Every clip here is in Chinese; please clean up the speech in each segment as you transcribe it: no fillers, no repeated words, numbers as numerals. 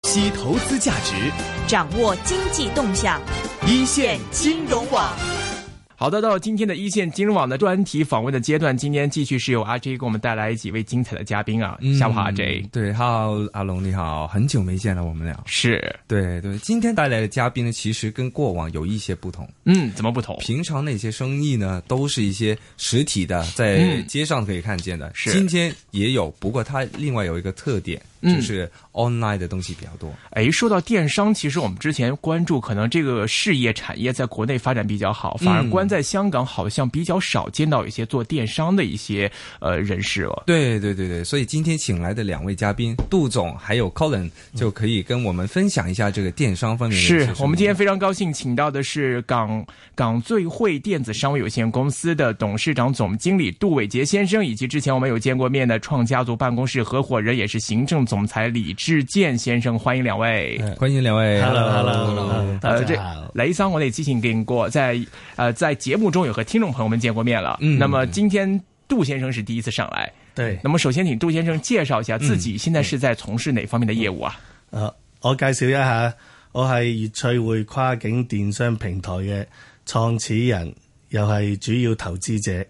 析投资价值， 掌握经济动向， 一线金融网。好的，到今天的一线金融网的专题访问的阶段，今天继续是由阿 J 给我们带来几位精彩的嘉宾啊。下午好，阿 J。 对 ，Hello， 阿龙你好，很久没见了，我们俩。 是， 对，今天带来的嘉宾呢，其实跟过往有一些不同。 怎么不同？ 平常那些生意呢，都是一些实体的，在街上可以看见的。 是， 今天也有，不过它另外有一个特点。就是 online 的东西比较多。 说到电商，其实我们之前关注可能这个事业产业在国内发展比较好，反而关在香港好像比较少见到一些做电商的一些人士了。 对，所以今天请来的两位嘉宾杜总还有 Colin 就可以跟我们分享一下这个电商方面的。 是我们今天非常高兴请到的是港最汇电子商务有限公司的董事长总经理杜伟杰先生，以及之前我们有见过面的创家族办公室合伙人也是行政总裁李志健先生，欢迎两位。 欢迎两位。 Hello， 大家好。 雷桑我哋之前见过，在节目中有和听众朋友们见过面了。那么今天杜先生是第一次上来。 對， 那麼首先請杜先生介紹一下自己現在是在從事哪方面的業務啊？ 我介紹一下，我係粵趣匯跨境電商平台嘅創始人，又係主要投資者。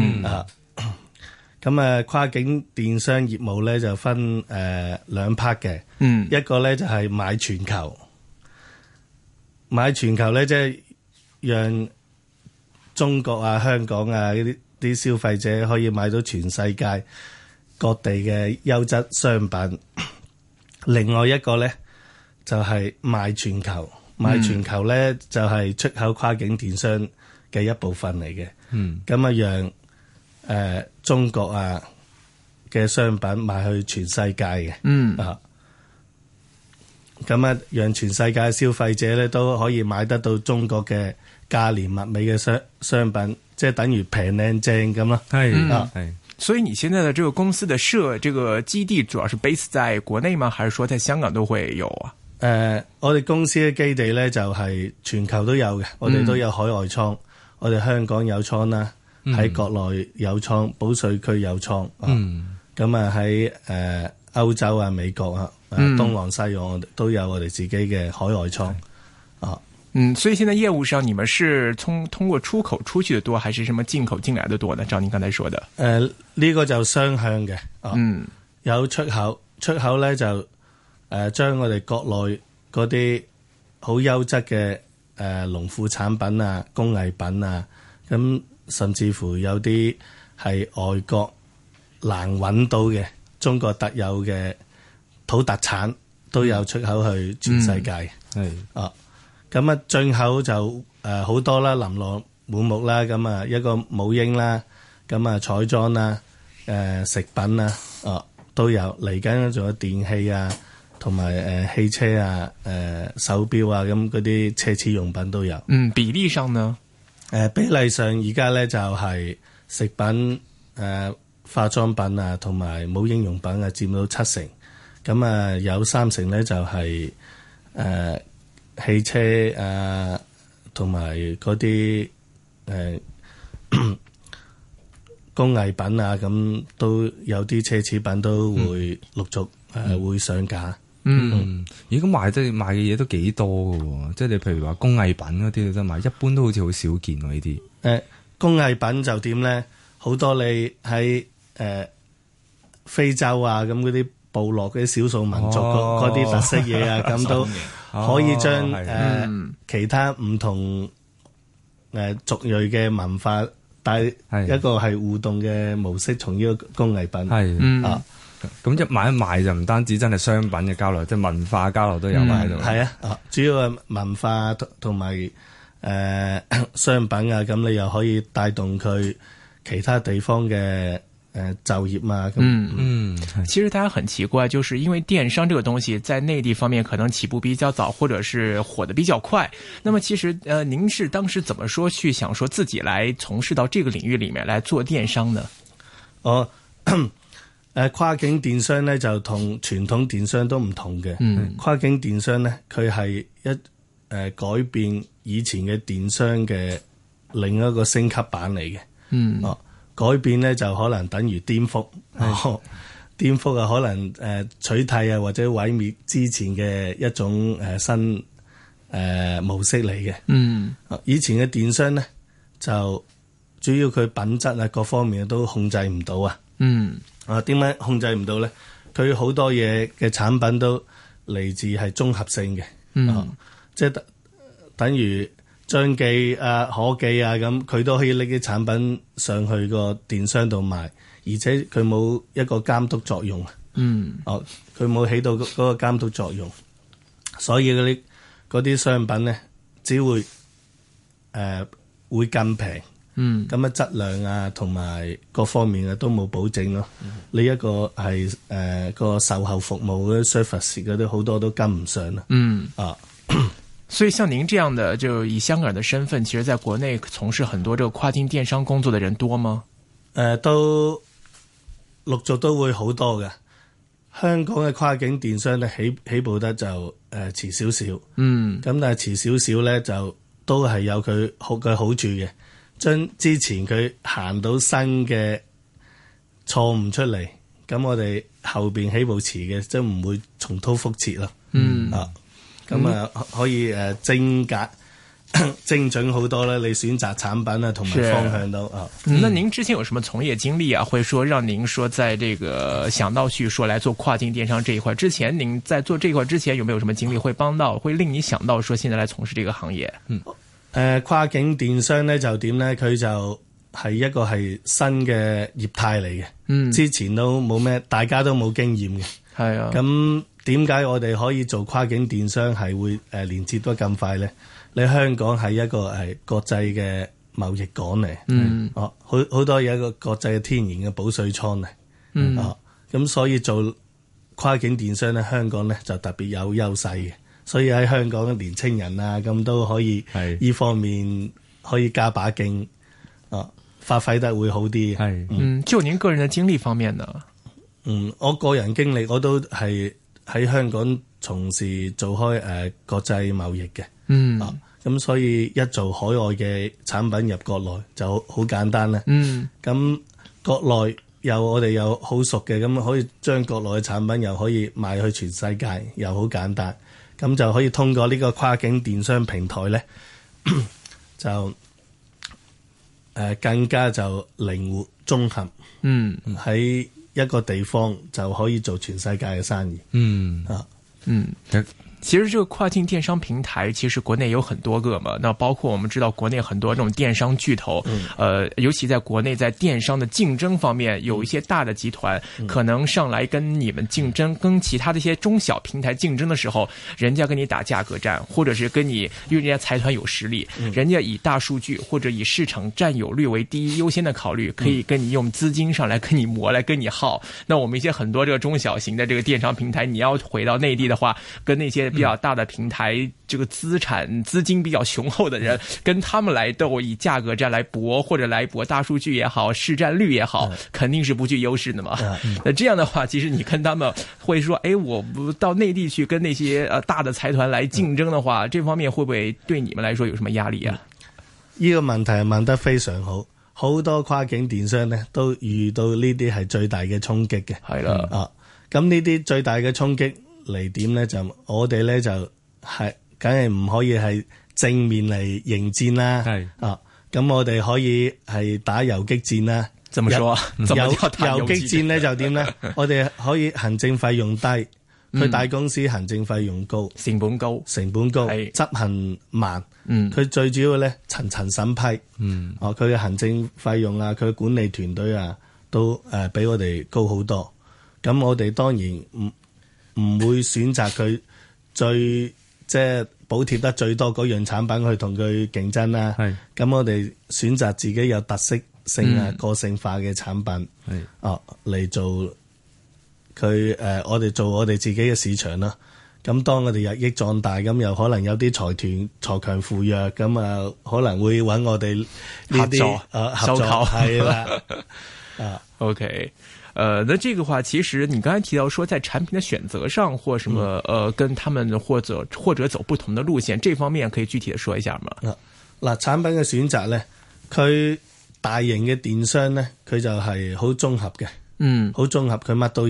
咁跨境電商業務咧就分兩 part 嘅。一個咧就係買全球，買全球咧即係讓中國啊、香港啊啲消費者可以買到全世界各地嘅優質商品。另外一個咧就係賣全球，賣全球咧就係出口跨境電商嘅一部分嚟嘅。咁讓中國啊嘅商品賣去全世界嘅。咁讓全世界消費者咧都可以買得到中國嘅價廉物美嘅商品，即係等於平靚正咁咯。 係。 所以你現在的這個公司的這個基地主要是 base 在國內嗎？還是說在香港都會有啊？ 我哋公司嘅基地咧就係全球都有嘅，我哋都有海外倉，我哋香港有倉啦，喺國內有倉，保稅區有倉。咁喺歐洲啊、美國啊、東南西洋都有我哋自己嘅海外倉。 所以現在業務上你們是通過出口出去的多，還是什麼進口進來的多呢？照您剛才說的。 呢個就雙向嘅。有出口咧就將我哋國內嗰啲好優質嘅農副產品啊、工藝品啊，咁甚至乎有啲係外國難揾到嘅中國特有嘅土特產都有出口去全世界。咁進口就好多啦，琳琅滿目啦。咁一個母嬰啦，咁彩妝啦，食品啦，都有。嚟緊仲有電器啊，同埋汽車啊、手錶啊，咁嗰啲奢侈用品都有。 比例上呢？ 比例上而家咧就係食品、化妝品啊，同埋母嬰用品啊，佔到7成。咁有3成咧就係汽車啊，同埋嗰啲工藝品啊，咁都有啲奢侈品都會陸續會上架。 咁賣嘅嘢都幾多㗎喎，即係你譬如話工藝品嗰啲都賣，一般都好似好少見喎呢啲。 工藝品就點咧？好多你喺非洲啊，咁嗰啲部落嗰啲少數民族嗰啲特色嘢啊，咁都可以將其他唔同族裔嘅文化帶一個係互動嘅模式，從呢個工藝品。 咁一買一賣就唔單止真係商品嘅交流，即係文化交流都有喺度。 係主要係文化同埋商品啊，咁你又可以帶動佢其他地方嘅就業啊。 其實大家很奇怪，就是因為電商這個東西在內地方面可能起步比較早，或者是火得比較快。那麼其實您是當時怎麼說去想說自己來從事到這個領域裡面來做電商呢？ 跨境電商咧就同傳統電商都唔同嘅。跨境電商咧佢係改變以前嘅電商嘅另一個升級版嚟嘅。改變咧就可能等於顛覆。 顛覆啊，可能取替啊，或者毀滅之前嘅一種新模式嚟嘅。以前嘅電商咧，就主要佢品質啊各方面都控制唔到啊。點解控制唔到咧？佢好多嘢嘅產品都嚟自係綜合性嘅。即係等於張記啊、可記啊咁，佢都可以拎啲產品上去個電商度賣。而且佢冇一個監督作用，佢冇起到嗰個監督作用，所以嗰啲商品咧，只會會更平，咁質量啊同埋各方面啊都冇保證咯。呢一個係個售後服務嗰啲 service 嗰啲好多都跟唔上啦。 所以像您這樣的，就以香港人的身份，其實在國內從事很多這個跨境電商工作的人多嗎？ 都陸續都會好多嘅。香港嘅跨境電商咧起步得就遲少少，咁但係遲少少咧就都係有佢好處嘅，將之前佢行到新嘅錯誤出嚟，咁我哋後邊起步遲嘅即係唔會重蹈覆轍咯。可以精準好多啦，你選擇產品啊，同埋方向都那您之前有什麼從業經歷啊？會說讓您說在這個想到去說來做跨境電商這一塊之前，您在做這塊之前有沒有什麼經歷會令你想到說現在來從事這個行業？ 跨境電商咧就點咧？佢就係一個係新嘅業態嚟嘅，之前都冇咩，大家都冇經驗嘅。係啊，咁點解我哋可以做跨境電商係會連接得咁快咧？你香港係一個國際嘅貿易港嚟，好多嘢一個國際嘅天然嘅保稅倉嚟，咁所以做跨境電商咧，香港咧就特別有優勢嘅，所以喺香港嘅年青人啊，咁都可以呢方面可以加把勁，發揮得會好啲。 就您個人嘅經歷方面呢？ 我個人經歷我都係喺香港從事做開國際貿易嘅。咁所以一做海外嘅產品入國內就好簡單啦。咁國內我哋有好熟嘅，咁可以將國內嘅產品又可以賣去全世界，又好簡單。咁就可以通過呢個跨境電商平台咧，就更加就靈活綜合。喺一個地方就可以做全世界嘅生意。 其實這個跨境電商平台其實國內有很多個嘛，那包括我們知道國內很多這種電商巨頭，尤其在國內在電商的競爭方面，有一些大的集團可能上來跟你們競爭，跟其他的一些中小平台競爭的時候，人家跟你打價格戰，或者是跟你，因為人家財團有實力，人家以大數據或者以市場佔有率為第一優先的考慮，可以跟你用資金上來跟你磨，來跟你耗。那我們一些很多這個中小型的這個電商平台，你要回到內地的話，跟那些比較大的平台，這個資金比較雄厚的人，跟他們來鬥，以價格戰來搏，或者來搏大數據也好，市佔率也好，肯定是不具優勢的嘛。那這樣的話，其實你跟他們會說，我不到內地去跟那些大的財團來競爭的話，這方面會不會對你們來說有什麼壓力啊？ 呢個問題問得非常好，好多跨境電商呢都遇到呢啲係最大嘅衝擊嘅。係啦，咁呢啲最大嘅衝擊嚟點咧，就我哋咧就係梗係唔可以係正面嚟迎戰啦。咁我哋可以係打游擊戰啦。 怎麼說啊？ 游擊戰咧就點咧？我哋可以行政費用低，佢大公司行政費用高，成本高，執行慢。佢最主要咧層層審批。佢嘅行政費用啊，佢嘅管理團隊啊，都比我哋高好多。咁我哋當然唔會選擇佢最即係補貼得最多嗰樣產品去同佢競爭啦。咁我哋選擇自己有特色性啊、個性化嘅產品，嚟做佢我哋做我哋自己嘅市場啦。咁當我哋日益壯大，咁又可能有啲財團鋤強扶弱，咁啊可能會揾我哋呢啲合作係啦。 OK。那這個話，其實你剛才提到說，在產品的選擇上，或什麼跟他們或者走不同的路線，這方面可以具體的說一下嗎？ 嗱，產品嘅選擇咧，佢大型嘅電商咧，佢就係好綜合嘅，好綜合，佢乜都有。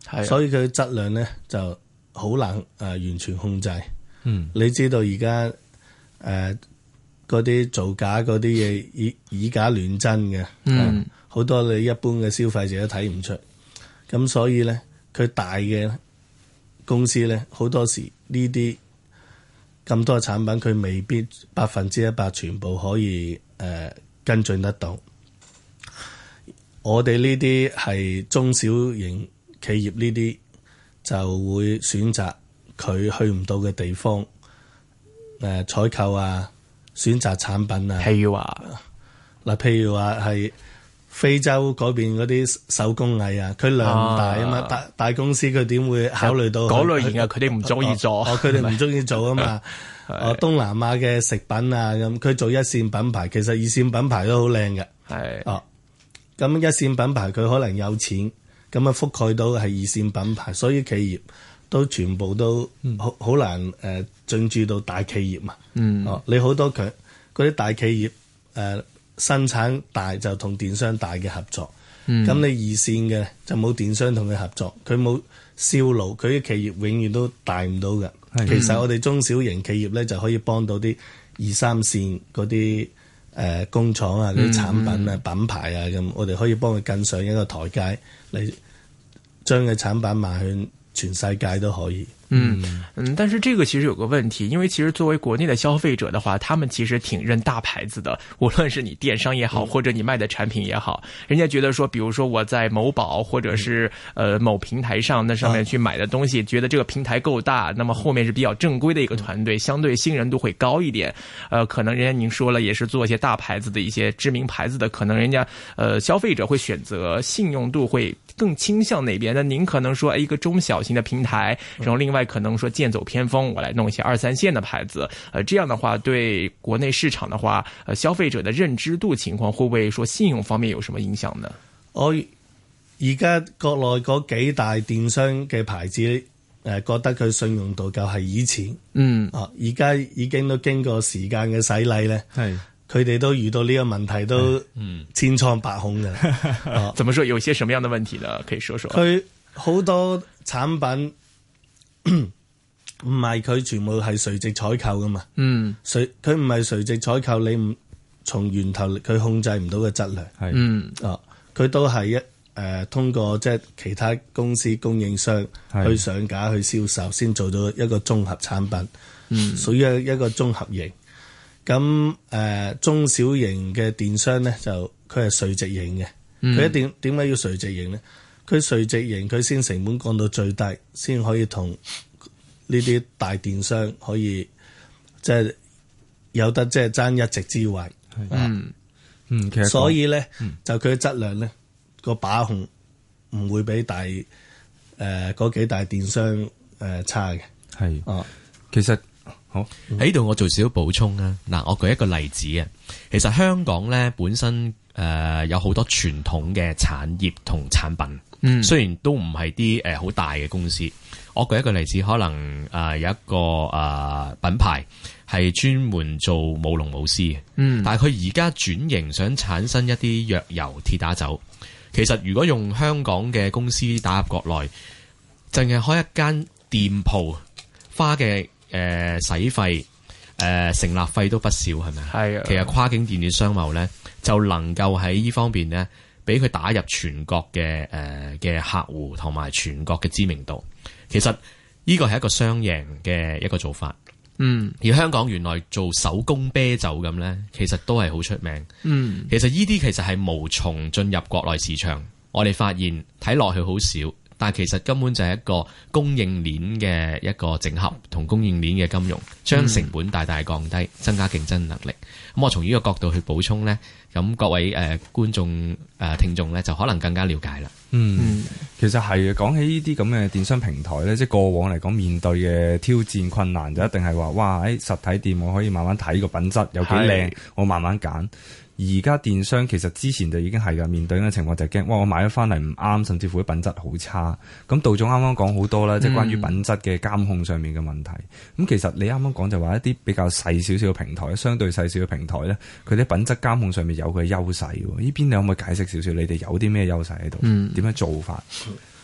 所以佢質量咧就好難完全控制。你知道而家嗰啲造假嗰啲嘢以假亂真嘅，好多你一般嘅消費者都睇唔出。咁所以咧，佢大嘅公司咧，好多時呢啲咁多產品，佢未必100%全部可以跟進得到。我哋呢啲係中小型企業，呢啲就會選擇佢去唔到嘅地方，採購啊，選擇產品啊。譬如話係非洲嗰邊嗰啲手工藝啊，佢量大啊嘛，大公司佢點會考慮到嗰類型啊？佢哋唔中意做， 佢哋唔中意做啊嘛。東南亞嘅食品啊，咁佢做一線品牌，其實二線品牌都好靚嘅。咁一線品牌佢可能有錢，咁啊覆蓋到係二線品牌，所以企業都全部都好難進駐到大企業嘛。你好多嗰啲大企業生產大就同電商大嘅合作，咁你二線嘅就冇電商同佢合作，佢冇銷路，佢啲企業永遠都大唔到嘅。其實我哋中小型企業咧就可以幫到啲2、3線嗰啲工廠啊，嗰啲產品啊、品牌啊咁，我哋可以幫佢更上一個台階，嚟將佢產品賣向全世界都可以。 但是這個其實有個問題，因為其實作為國內的消費者的話，他們其實挺認大牌子的，無論是你電商也好，或者你賣的產品也好，人家覺得說，比如說我在某寶或者是某平台上，那上面去買的東西，覺得這個平台夠大，那麼後面是比較正規的一個團隊，相對信任度會高一點。可能人家您說了，也是做一些大牌子的一些知名牌子的，可能人家消費者會選擇信用度會更傾向那邊。那您可能說，一個中小型的平台，然後另外可能說劍走偏鋒，我來弄一些2、3線的牌子，這樣的話對國內市場的話，消費者的認知度情況會不會說信用方面有什麼影響呢？ 我而家國內嗰幾大電商嘅牌子，覺得佢信用度就係以前，而家已經都經過時間嘅洗禮咧，佢哋都遇到呢個問題都千瘡百孔嘅。 怎麼說？有些什麼樣的問題呢？可以說說。 佢好多產品唔係佢全部係垂直採購噶嘛，佢唔係垂直採購，你唔從源頭佢控制唔到嘅質量，佢都係通過即係其他公司供應商去上架去銷售，先做到一個綜合產品，屬於一個綜合型。咁中小型嘅電商咧就佢係垂直型嘅，佢一定點解要垂直型咧？佢垂直型佢先成本降到最低，先可以同呢啲大電商可以即係有得即係爭一席之位。 其實所以咧就佢嘅質量咧個把控唔會比大嗰幾大電商差嘅。 其實好喺度我做少少補充啊。嗱，我舉一個例子啊。其實香港咧本身有好多傳統嘅產業同產品，雖然都唔係啲好大嘅公司。我舉一個例子，可能有一個品牌係專門做舞龍舞獅嘅，但係佢而家轉型想產生一啲藥油鐵打酒。其實如果用香港嘅公司打入國內，淨係開一間店鋪，花嘅使費成立費都不少，係咪？係啊。其實跨境電子商貿咧，就能夠喺呢方面咧，俾佢打入全國嘅客戶同埋全國嘅知名度。其實呢個係一個雙贏嘅一個做法。而香港原來做手工啤酒咁咧，其實都係好出名。其實呢啲其實係無從進入國內市場。我哋發現睇落去好少，但係其實根本就係一個供應鏈嘅一個整合同供應鏈嘅金融，將成本大大降低，增加競爭能力。咁我從呢個角度去補充咧，咁各位觀眾聽眾咧就可能更加了解啦。 其實係嘅。講起呢啲咁嘅電商平台咧，即係過往嚟講面對嘅挑戰困難就一定係話，哇！喺實體店我可以慢慢睇個品質有幾靚，我慢慢揀。而家電商其實之前就已經係㗎，面對嘅情況就係驚，哇！我買咗翻嚟唔啱，甚至乎啲品質好差。咁杜總啱啱講好多啦，即係關於品質嘅監控上面嘅問題。咁其實你啱啱講就話一啲比較細少少嘅平台，相對細少嘅平台咧，佢啲品質監控上面有佢嘅優勢喎。呢邊你可唔可以解釋少少？你哋有啲咩優勢喺度？點樣做法？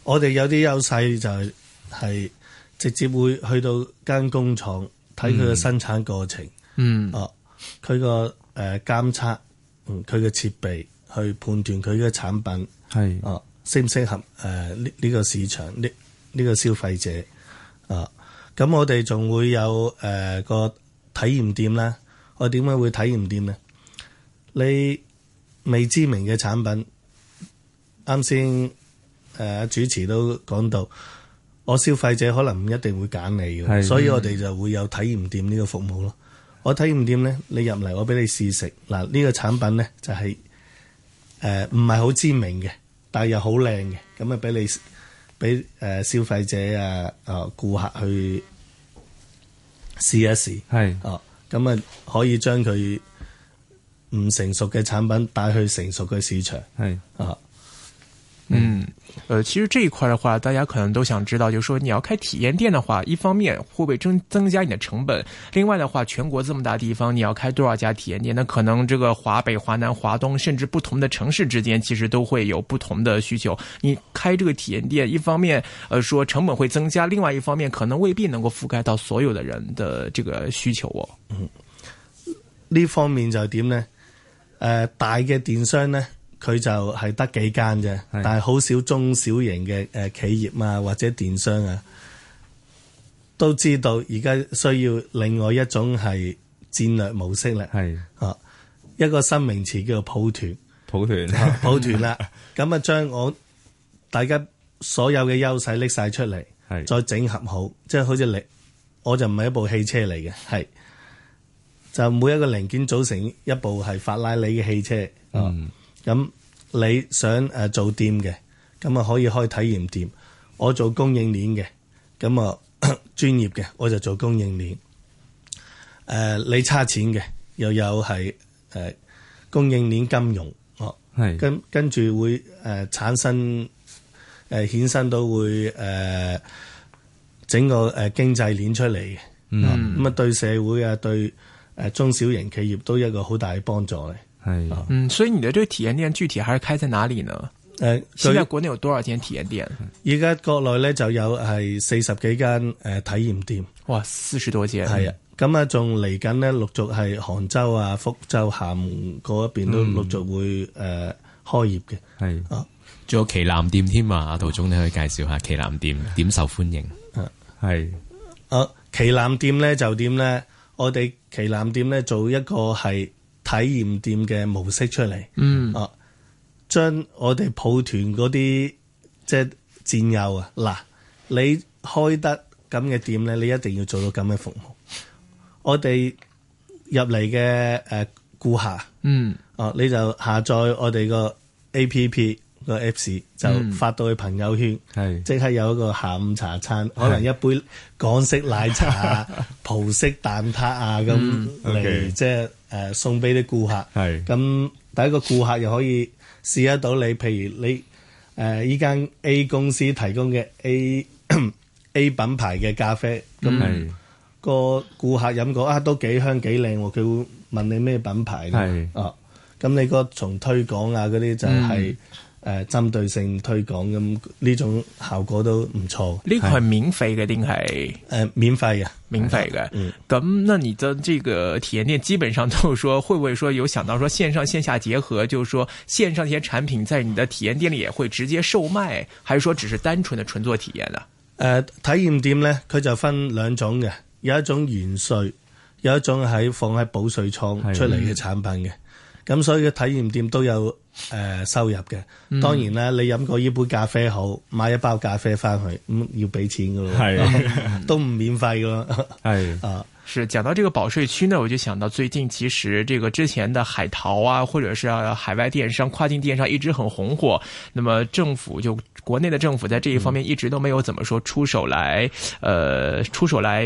我哋有啲優勢就係直接會去到間工廠睇佢嘅生產過程，佢個監測，佢嘅設備去判斷佢嘅產品係適唔適合呢個市場呢個消費者啊。咁我哋仲會有個體驗店啦。我點解會體驗店呢？你未知名嘅產品，啱先主持都講到，我消費者可能唔一定會揀你嘅，所以我哋就會有體驗店呢個服務咯。我體驗店咧，你入嚟我俾你試食嗱，呢個產品咧就係唔係好知名嘅，但係又好靚嘅，咁啊俾消費者顧客去試一試，咁啊可以將佢唔成熟嘅產品帶去成熟嘅市場， 其實這一塊的話，大家可能都想知道，就是說你要開體驗店的話，一方面會不會增加你的成本？另外的話，全國這麼大地方，你要開多少家體驗店？那可能這個華北、華南、華東，甚至不同的城市之間，其實都會有不同的需求。你開這個體驗店，一方面說成本會增加，另外一方面可能未必能夠覆蓋到所有的人的這個需求哦。 呢方面就點呢？大嘅電商呢，佢就係得幾間啫，但係好少中小型嘅企業啊或者電商啊，都知道而家需要另外一種係戰略模式咧。一個新名詞叫做抱團啦。咁啊將大家所有嘅優勢拎晒出嚟，再整合好，即係好似我就唔係一部汽車嚟嘅，係就每一個零件組成一部係法拉利嘅汽車。咁你想做店嘅，咁啊可以開體驗店。我做供應鏈嘅，咁啊專業嘅，我就做供應鏈。你差錢嘅，又有係供應鏈金融，跟住會產生衍生到會整個經濟鏈出嚟嘅。咁啊對社會啊對中小型企業都有一個好大嘅幫助嘅。 所以你的這個體驗店具體還是開在哪裡呢？現在國內有多少間體驗店？ 而家國內咧就有係40幾間體驗店。哇 ，40多間。 係啊，咁啊仲嚟緊呢，陸續係杭州啊、福州、廈門嗰一邊都陸續會開業嘅。 仲有旗艦店添啊！阿涂總，你可以介紹下旗艦店點受歡迎？ 旗艦店咧就點咧？我哋旗艦店咧做一個係體驗店嘅模式出嚟，將我哋抱團嗰啲即係戰友啊，嗱，你開得咁嘅店咧，你一定要做到咁嘅服務。我哋入嚟嘅顧客，你就下載我哋個 APP 個 Apps， 就發到去朋友圈，即刻有一個下午茶餐，可能一杯港式奶茶、葡式蛋撻啊咁嚟，即係送俾啲顧客。咁第一個顧客又可以試得到你，譬如你依間 A 公司提供嘅 A 品牌嘅咖啡，咁個顧客飲過都幾香幾靚，佢會問你咩品牌咧？咁你個從推廣啊嗰啲就係針對性推廣，咁呢種效果都唔錯。 呢個係免費嘅定係免費嘅？ 免費嘅。咁那你的這個體驗店基本上都是說，會不會說有想到說線上線下結合，就是說線上一些產品在你的體驗店裏也會直接售賣，還是說只是單純的純做體驗啊？ 體驗店咧，佢就分兩種嘅，有一種原稅，有一種係放喺保稅倉出嚟嘅產品嘅。咁所以嘅體驗店都有收入嘅。當然啦，你飲過呢杯咖啡好，買一包咖啡翻去，咁要俾錢噶咯，都唔免費噶咯。 是講到這個保稅區呢，我就想到最近其實這個之前的海淘啊，或者是海外電商、跨境電商一直很紅火。那麼政府就國內的政府在這一方面一直都沒有怎麼說出手來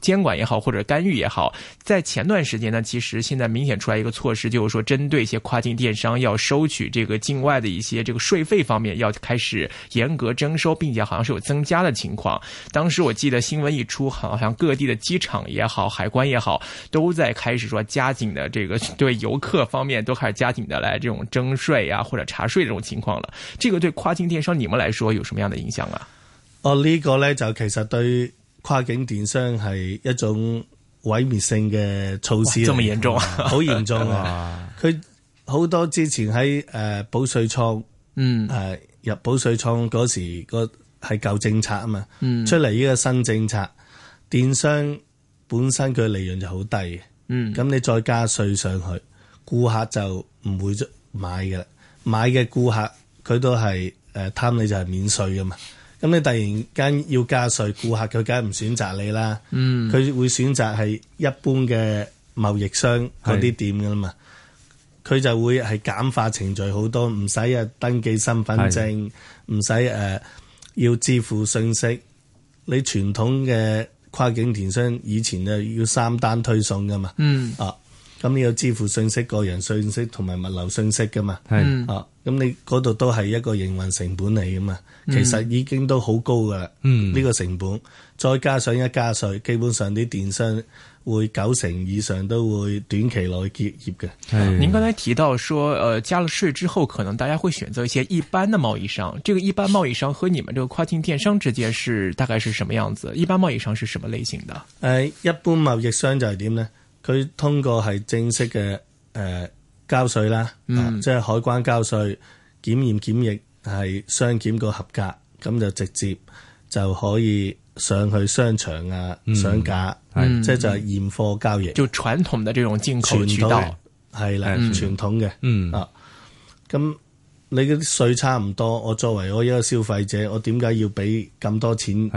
监管也好，或者干預也好，在前段時間呢，其實現在明顯出來一個措施，就是說針對一些跨境電商要收取這個境外的一些這個稅費方面，要開始嚴格徵收，並且好像是有增加的情況。當時我記得新聞一出，好像各地的機場也好，海關也好，都在開始說加緊的這個對遊客方面都開始加緊的來這種徵稅啊或者查稅這種情況了。這個對跨境電商你們來說有什麼樣的影響啊？ 呢個呢，就其實對跨境電商係一種毀滅性嘅措施， 這麼嚴重啊， 好嚴重啊！佢好多之前喺保稅倉，入保稅倉嗰時個係舊政策啊嘛，出嚟呢個新政策，電商本身佢利潤就好低嘅，咁你再加稅上去，顧客就唔會買嘅啦，買嘅顧客佢都係貪你就係免稅噶嘛。咁你突然間要加稅，顧客佢梗係唔選擇你啦。佢會選擇係一般嘅貿易商嗰啲店噶啦嘛。佢就會係簡化程序好多，唔使登記身份證，唔使要支付信息。你傳統嘅跨境電商以前就要3單推送噶嘛。咁你要支付信息、個人信息同埋物流信息噶嘛。咁你嗰度都係一個營運成本嚟噶嘛。其實已經都好高噶啦，呢個成本，再加上一加稅，基本上啲電商會90%以上都會短期內結業嘅。 您剛才提到說，加了稅之後，可能大家會選擇一些一般的貿易商。這個一般貿易商和你們這個跨境電商之間是大概是什麼樣子？一般貿易商是什麼類型的？ 一般貿易商就係點呢？佢通過係正式嘅交稅啦，即係海關交稅、檢驗檢疫係商檢個合格，咁就直接就可以上去商場啊上架，即係就係現貨交易。 就傳統的這種進口渠道係啦，傳統嘅咁你嗰啲稅差唔多，我作為我一個消費者，我點解要俾咁多錢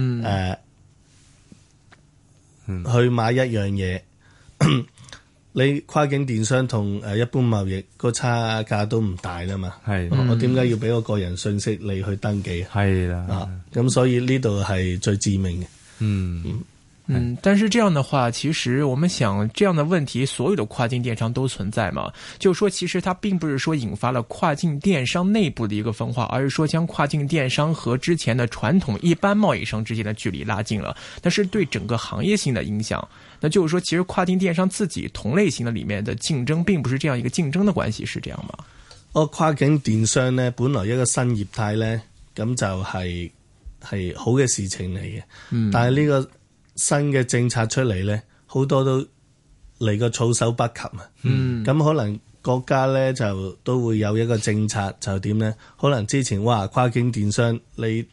去買一樣嘢？你跨境電商同一般貿易個差價都唔大啦嘛，我點解要俾我個人信息你去登記？係啦，咁所以呢度係最致命嘅。 但是這樣的話，其實我們想這樣的問題，所有的跨境電商都存在嘛？就是說，其實它並不是說引發了跨境電商內部的一個分化，而是說將跨境電商和之前的傳統一般貿易商之間的距離拉近了。但是對整個行業性的影響，那就是說，其實跨境電商自己同類型的裡面的競爭，並不是這樣一個競爭的關係，是這樣嗎？ 跨境電商呢，本來一個新業態呢，咁就係好嘅事情嚟嘅。但係呢個新嘅政策出嚟呢，好多都嚟個措手不及啊！咁可能國家呢，就都會有一個政策，就點呢？可能之前跨境電商你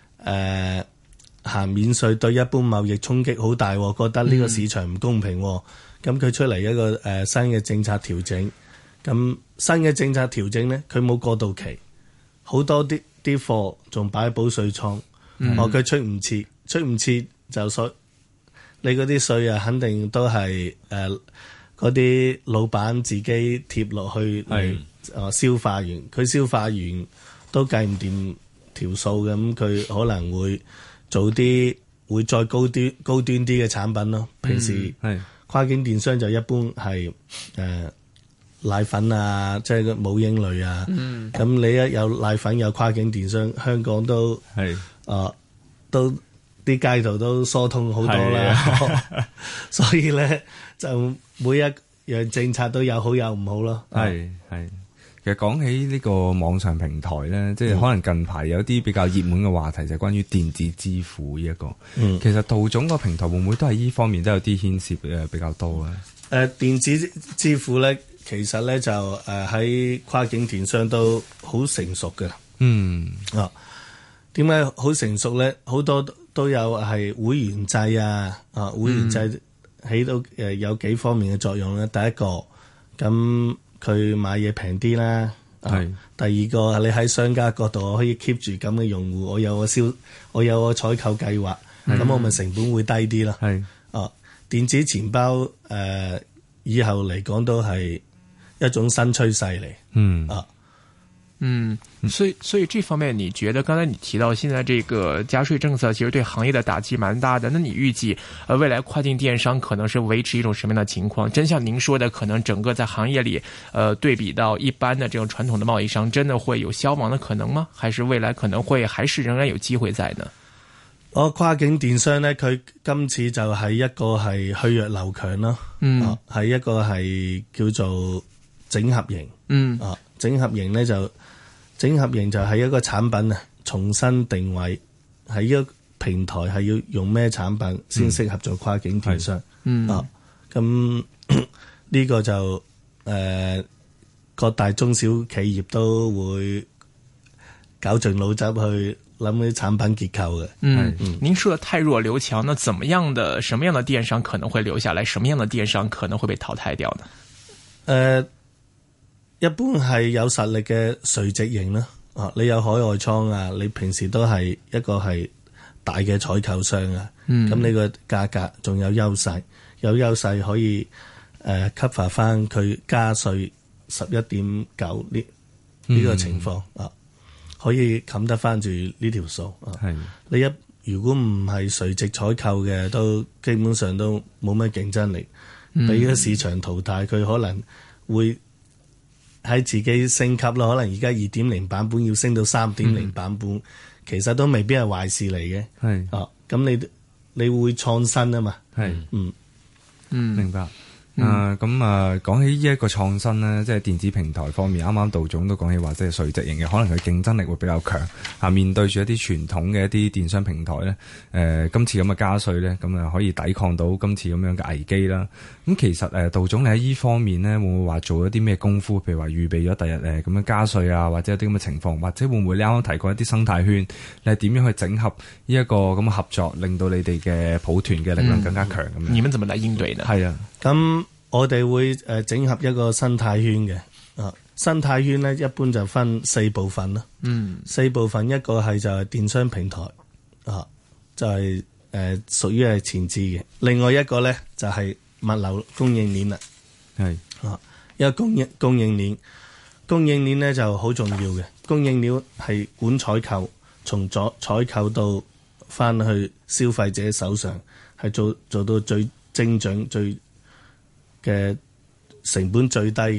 行免稅對一般貿易衝擊好大，覺得呢個市場唔公平。咁佢出嚟一個新嘅政策調整，咁新嘅政策調整呢，佢冇過渡期，好多啲貨仲擺喺保稅倉，佢出唔切就所。你嗰啲稅啊，肯定都係嗰啲老闆自己貼落去嚟消化完，佢消化完都計唔掂條數嘅，咁佢可能會做啲會再高端啲嘅產品咯。平時跨境電商就一般係奶粉啊，即係母嬰類啊。咁你一有奶粉有跨境電商，香港都都。啲街道都疏通好多啦，所以咧就每一樣政策都有好有唔好咯。 係，其實講起呢個網上平台咧，即係可能近排有啲比較熱門嘅話題就係關於電子支付呢一個。其實杜總個平台會唔會都係呢方面都有啲牽涉比較多咧？ 電子支付咧，其實咧就喺跨境電商都好成熟嘅。點解好成熟咧？好多都有係會員制會員制起到有幾方面嘅作用咧。第一個，咁佢買嘢平啲啦。第二個，你喺商家角度，我可以 keep 住咁嘅用戶，我有個採購計劃，咁我咪成本會低啲咯。電子錢包以後嚟講都係一種新趨勢嚟。 所以這方面，你覺得剛才你提到現在這個加稅政策，其實對行業的打擊蠻大的。那你預計，未來跨境電商可能是維持一種什麼樣的情況？真像您說的，可能整個在行業裏，對比到一般的這種傳統的貿易商，真的會有消亡的可能嗎？還是未來可能會還是仍然有機會在呢？ 跨境電商呢，佢今次就係一個係去弱留強咯，係一個係叫做整合型，整合型呢整合型就係一個產品啊，重新定位喺一個平台係要用咩產品先適合做跨境電商，咁呢個就各大中小企業都會搞盡腦汁去諗啲產品結構嘅。 您說的太弱留強，那怎麼樣的什麼樣的電商可能會留下來？什麼樣的電商可能會被淘汰掉呢？ 一般係有實力嘅垂直型啦，你有海外倉啊，你平時都係一個係大嘅採購商啊，咁你個價格仲有優勢可以cover 翻佢加稅11.9呢個情況可以冚得翻住呢條數你如果唔係垂直採購嘅，都基本上都冇乜競爭力，俾個市場淘汰，佢可能會喺自己升級咯，可能而家 2.0 版本要升到 3.0 版本，其實都未必係壞事嚟嘅。咁你會創新啊嘛。 明白。講起呢一個創新咧，即係電子平台方面，啱啱杜總都講起話，即係垂直型嘅，可能佢競爭力會比較強。面對住一啲傳統嘅一啲電商平台咧，今次咁嘅加稅咧，咁可以抵抗到今次咁樣嘅危機啦。咁其實杜總你喺呢方面咧，會唔會話做一啲咩功夫？譬如話預備咗第日咁樣加稅啊，或者有啲咁嘅情況，或者會唔會你啱啱提過一啲生態圈，你係點樣去整合呢一個咁嘅合作，令到你哋嘅抱團嘅力量更加強咁樣？ 你們怎麼來應對呢？ 係啊。 咁我哋會整合一個生態圈嘅，生態圈咧一般就分4部分啦。4部分，一個係就係電商平台，就係屬於係前置嘅。另外一個咧就係物流供應鏈啦。一個供應鏈咧就好重要嘅。供應鏈係管採購，從採購到翻去消費者手上，係做到最精準、最嘅成本最低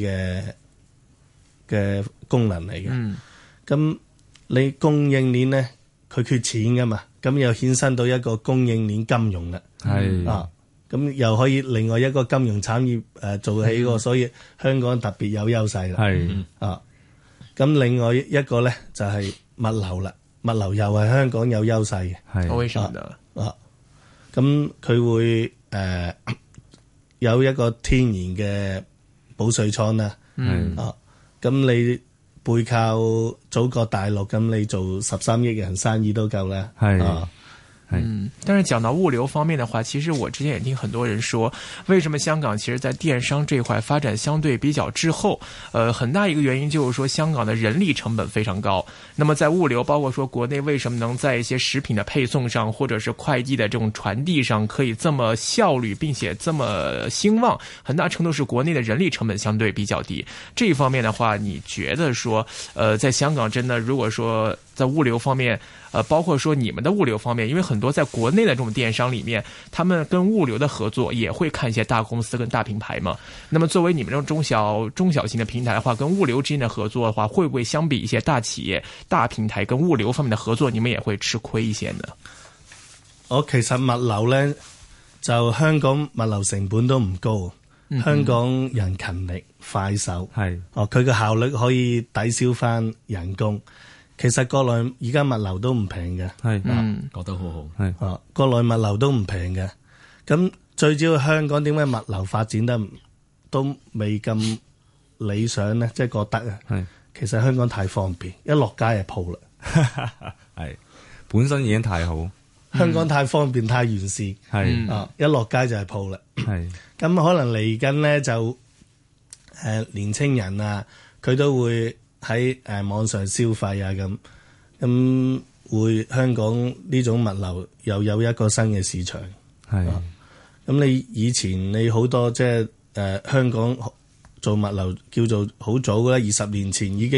嘅功能嚟嘅。咁你供應鏈咧，佢缺錢噶嘛，咁又衍生到一個供應鏈金融啦。咁又可以另外一個金融產業做起個，所以香港特別有優勢啦。咁另外一個咧就係物流啦，物流又係香港有優勢嘅。 為什麼呢？ 咁佢會有一個天然嘅保稅倉啦，咁你背靠祖國大陸，咁你做13億人生意都夠啦。 但是講到物流方面的話，其實我之前也聽很多人說，為什麼香港其實在電商這塊發展相對比較滯後？很大一個原因就是說香港的人力成本非常高。那麼在物流，包括說國內為什麼能在一些食品的配送上，或者是快遞的這種傳遞上，可以這麼效率，並且這麼興旺，很大程度是國內的人力成本相對比較低。這一方面的話，你覺得說，在香港真的如果說在物流方面，包括說你們的物流方面，因為很多在國內的這種電商裏面，他們跟物流的合作也會看一些大公司跟大品牌嘛。那麼作為你們這種中小型的平台的話，跟物流之間的合作的話，會不會相比一些大企業、大平台跟物流方面的合作，你們也會吃虧一些呢？ 其實物流呢，就香港物流成本都唔高，香港人勤力快手，佢嘅效率可以抵消翻人工。其實國內而家物流都唔平嘅， 講得好好， 國內物流都唔平嘅。咁最主要香港點解物流發展得都未咁理想呢？即係覺得其實香港太方便，一落街就鋪啦。 本身已經太好， 香港太方便太完善，一落街就係鋪啦。咁可能嚟緊呢，就年青人啊，佢都會喺網上消費啊，咁會香港呢種物流又有一個新嘅市場。咁你以前你好多即係香港做物流叫做好早啦，20年前已經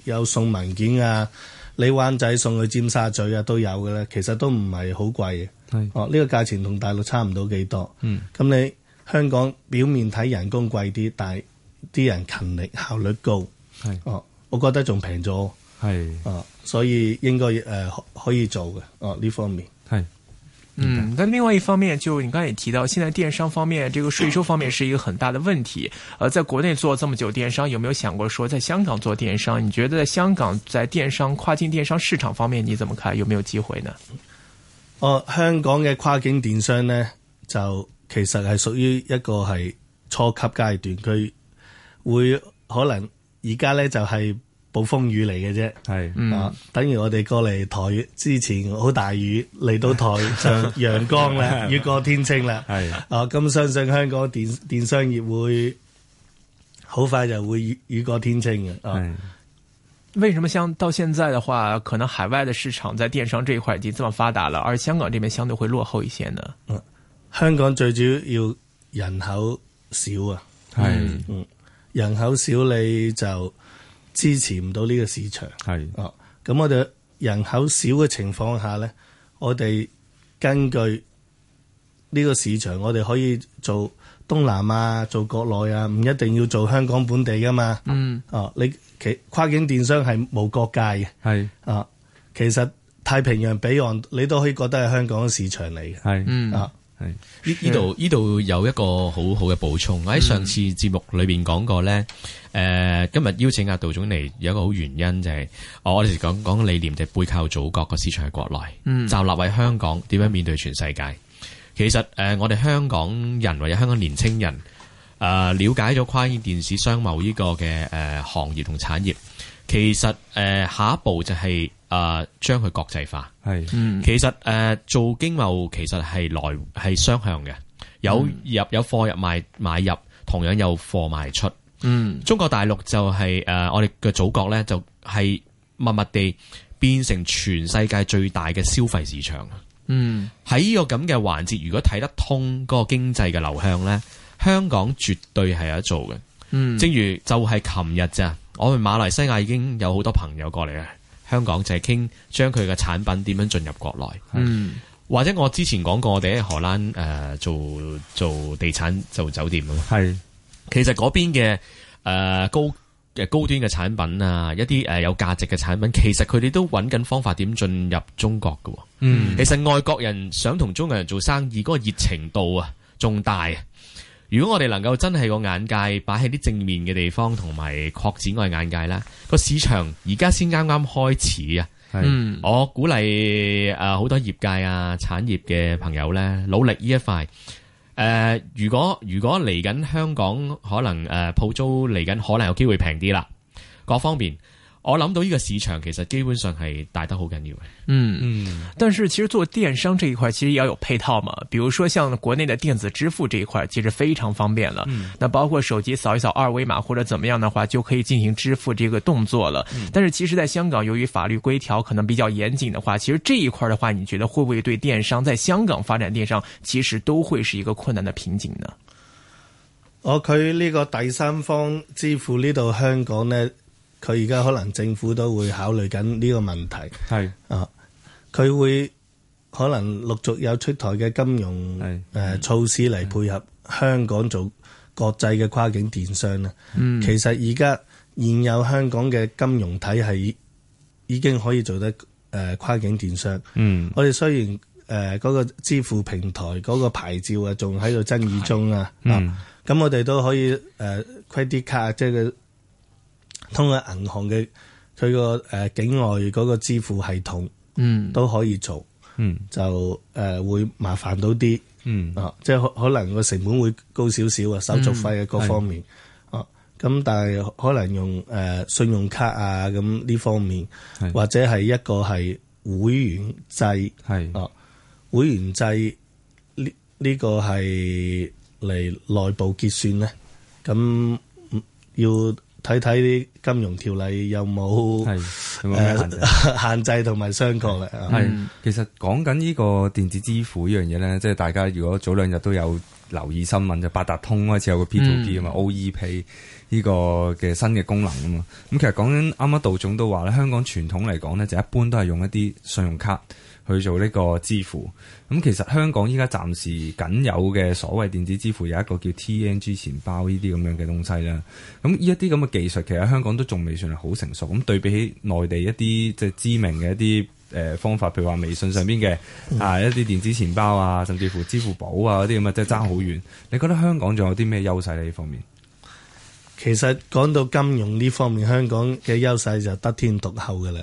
有送文件啊，你灣仔送去尖沙咀啊都有嘅咧，其實都唔係好貴嘅。呢個價錢同大陸差唔到幾多。咁你香港表面睇人工貴啲，但係啲人勤力效率高。我覺得仲平咗。所以應該可以做嘅。呢方面但另外一方面，就你剛才也提到，現在電商方面，這個稅收方面是一個很大的問題。在國內做這麼久電商，有沒有想過說在香港做電商？你覺得在香港在電商跨境電商市場方面，你怎麼看？有沒有機會呢？ 香港嘅跨境電商呢，就其實係屬於一個係初級階段，佢會可能而家呢就係暴風雨嚟嘅啫，等於我哋過嚟台之前好大雨，嚟到台就陽光啦，雨過天晴啦。咁相信香港電商業會好快就會雨過天晴嘅。 為什麼像到現在的話，可能海外的市場在電商這一塊已經這麼發達了，而香港這邊相對會落後一些呢？ 香港最主要人口少啊，人口少你就支持唔到呢個市場。咁我哋人口少嘅情況下呢，我哋根據呢個市場，我哋可以做東南亞、做國內啊，唔一定要做香港本地噶嘛。你跨境電商係冇國界嘅。其實太平洋彼岸你都可以覺得係香港嘅市場嚟嘅。 呢度有一個好好嘅補充。我喺上次節目裏邊講過咧，今日邀請阿杜總嚟有一個好原因就係，我哋講理念就係背靠祖國，個市場係國內，站立為香港，點樣面對全世界。其實我哋香港人或者香港年青人了解咗跨境電視商貿呢個嘅行業同產業，其實下一步就係將佢國際化。其實做經貿其實係雙向嘅，有貨入買入，同樣有貨賣出。中國大陸就係我哋嘅祖國咧，就係默默地變成全世界最大嘅消費市場。喺呢個咁嘅環節，如果睇得通嗰個經濟嘅流向咧，香港絕對係有得做嘅。正如就係琴日咋，我哋馬來西亞已經有好多朋友過嚟啊。香港就係傾將佢嘅產品點樣進入國內。或者我之前講過，我哋喺荷蘭做地產做酒店啊嘛。其實嗰邊嘅高端嘅產品啊，一啲有價值嘅產品，其實佢哋都揾緊方法點進入中國嘅。其實外國人想同中國人做生意，嗰個熱情度啊仲大。如果我哋能夠真係個眼界擺喺啲正面嘅地方，同埋擴展我嘅眼界啦，個市場而家先啱啱開始啊！我鼓勵好多業界啊、產業嘅朋友咧，努力呢一塊。如果嚟緊香港，可能鋪租嚟緊可能有機會平啲啦，各方面。我諗到呢個市場其實基本上係大得好緊要嘅。 但是其實做電商這一塊其實也要有配套嘛，比如說像國內的電子支付這一塊其實非常方便了。那包括手機掃一掃二維碼或者怎麼樣的話就可以進行支付這個動作了。但是其實在香港由於法律規條可能比較嚴謹的話，其實這一塊的話你覺得會不會對電商在香港發展電商其實都會是一個困難的瓶頸呢？ 佢呢個第三方支付呢度香港呢，佢而家可能政府都會考慮緊呢個問題。佢會可能陸續有出台嘅金融措施嚟配合香港做國際嘅跨境電商啦。其實而家現有香港嘅金融體系已經可以做得跨境電商。我哋雖然嗰個支付平台嗰個牌照啊，仲喺度爭議中啊。咁我哋都可以credit card，即係通過銀行嘅佢個境外嗰個支付系統，都可以做。就會麻煩到啲。即係可能個成本會高少少啊，手續費啊各方面。咁但係可能用信用卡啊咁呢方面，或者係一個係會員制。會員制呢個係嚟內部結算咧，咁要睇睇啲金融條例有冇限制同埋商榷啦。 其實講緊呢個電子支付呢樣嘢咧，即係大家如果早兩日都有留意新聞，就八達通開始有個 P2P 啊嘛，OE Pay 呢個嘅新嘅功能啊嘛。咁其實講緊啱啱杜總都話咧，香港傳統嚟講咧，就一般都係用一啲信用卡去做呢個支付。咁其實香港依家暫時僅有嘅所謂電子支付有一個叫 TNG 錢包呢啲咁樣嘅東西啦。咁呢一啲咁嘅技術其實香港都仲未算係好成熟。咁對比起內地一啲即係知名嘅一啲方法，譬如話微信上邊嘅一啲電子錢包啊，甚至乎支付寶啊嗰啲咁啊，即係爭好遠。你覺得香港仲有啲咩優勢喺呢方面？ 其實講到金融呢方面，香港嘅優勢就得天獨厚㗎啦。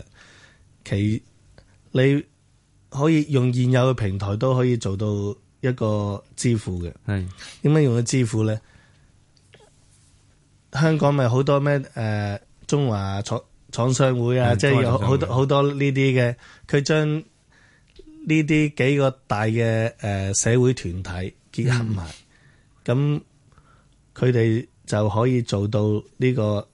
你可以用現有嘅平台都可以做到一個支付嘅。係點樣用嘅支付咧？香港咪好多咩中華廠商會啊，即係有好多呢啲嘅，佢將呢啲幾個大嘅社會團體結合埋，咁佢哋就可以做到呢個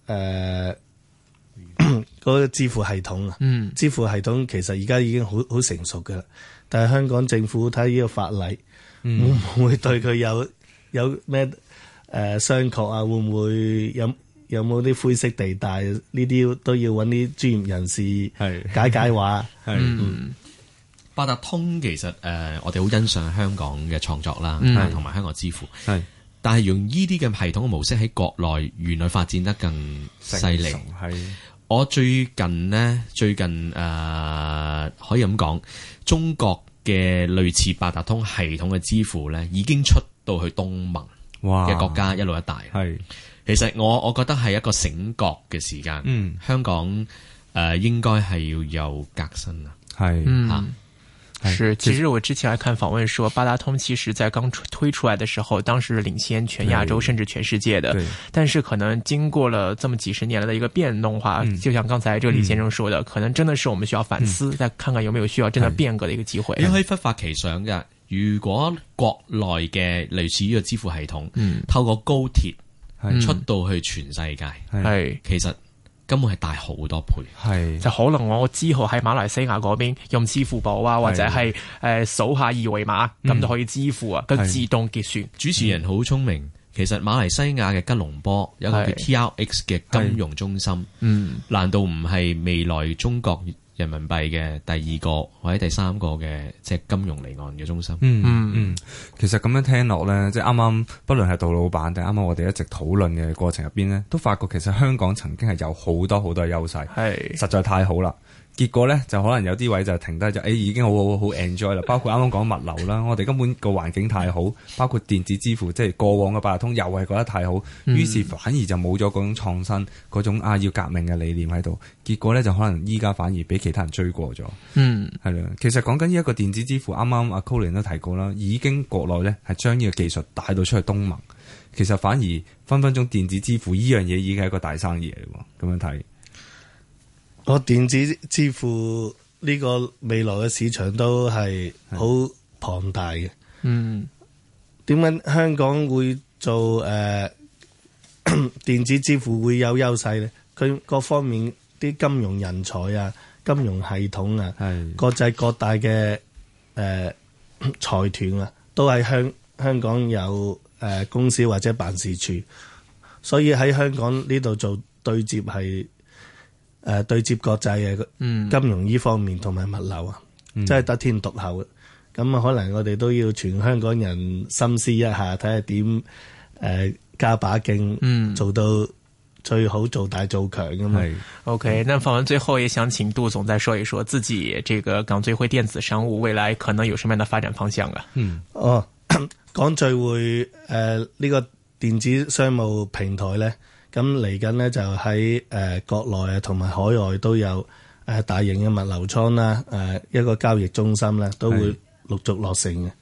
嗰個支付系統啊。支付系統其實而家已經好成熟㗎啦，但係香港政府睇呢個法例，會唔會對佢有咩商榷啊？會唔會有冇啲灰色地帶？呢啲都要揾啲專業人士解話。 八達通其實我哋好欣賞香港嘅創作啦，同埋香港支付。但係用呢啲嘅系統嘅模式喺國內原來發展得更犀利。我最近可以咁講，中國嘅類似八達通系統嘅支付咧，已經出到去東盟嘅國家一路一帶。其實我覺得係一個醒覺嘅時間。香港應該係要有革新啊。 是，其實我之前還看訪問說，八達通其實在剛推出來的時候，當時是領先全亞洲甚至全世界的。但是可能經過了這麼幾十年來的一個變動化，就像剛才這個李先生說的，可能真的是我們需要反思，再看看有沒有需要真的變革的一個機會。 你可以忽發奇想嘅，如果國內嘅類似呢個支付系統，透過高鐵出到去全世界，其實根本係大好多倍， 就可能我之後喺馬來西亞嗰邊用支付寶啊，或者係掃下二維碼咁就可以支付啊，佢自動結算。 主持人好聰明，其實馬來西亞嘅吉隆坡有一個叫 TRX 嘅金融中心，難道唔係未來中國人民幣嘅第二個或者第三個嘅即係金融離岸嘅中心？ 其實咁樣聽落咧，即係啱啱，不論係杜老闆定啱啱我哋一直討論嘅過程入邊咧，都發覺其實香港曾經係有好多好多優勢，實在太好啦。結果咧就可能有啲位就停低就已經好 enjoy 啦。包括啱啱講物流啦，我哋根本個環境太好，包括電子支付，即係過往嘅八達通又係覺得太好，於是反而就冇咗嗰種創新嗰種要革命嘅理念喺度。結果咧就可能依家反而俾其他人追過咗。係啦，其實講緊呢一個電子支付，啱啱阿 Colin 都提過啦，已經國內咧係將呢個技術帶到出去東盟。其實反而分分鐘電子支付呢樣嘢已經係一個大生意嚟喎。咁樣睇。 我電子支付呢個未來嘅市場都係好龐大嘅。點解香港會做電子支付會有優勢呢？佢各方面啲金融人才啊、金融系統啊、國際各大嘅財團啊，都喺香港有公司或者辦事處，所以喺香港呢度做對接係。對接國際嘅金融呢方面同埋物流啊，真係得天獨厚。咁啊，可能我哋都要全香港人深思一下，睇下點加把勁，做到最好，做大做強㗎嘛。 OK，那訪問最後也想請杜總再說一說自己這個港最匯電子商務未來可能有什麼樣的發展方向啊？ 港最匯呢個電子商務平台咧。咁嚟緊呢，就喺國內啊同埋海外都有大型嘅物流倉啦，一個交易中心咧都會陸續落成嘅。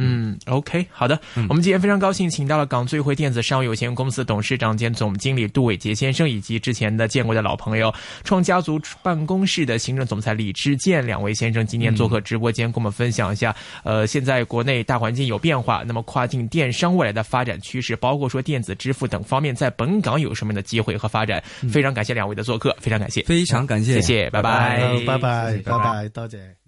OK， 好的。我們今天非常高興請到了港最匯電子商務有限公司董事長兼總經理杜偉傑先生，以及之前的見過的老朋友創家族辦公室的行政總裁李志健兩位先生，今天做客直播間，跟我們分享一下現在國內大環境有變化，那麼跨境電商未來的發展趨勢，包括說電子支付等方面在本港有什麼樣的機會和發展。非常感謝兩位的做客，非常感謝， 非常感謝， 謝謝，拜拜， 拜拜，多謝。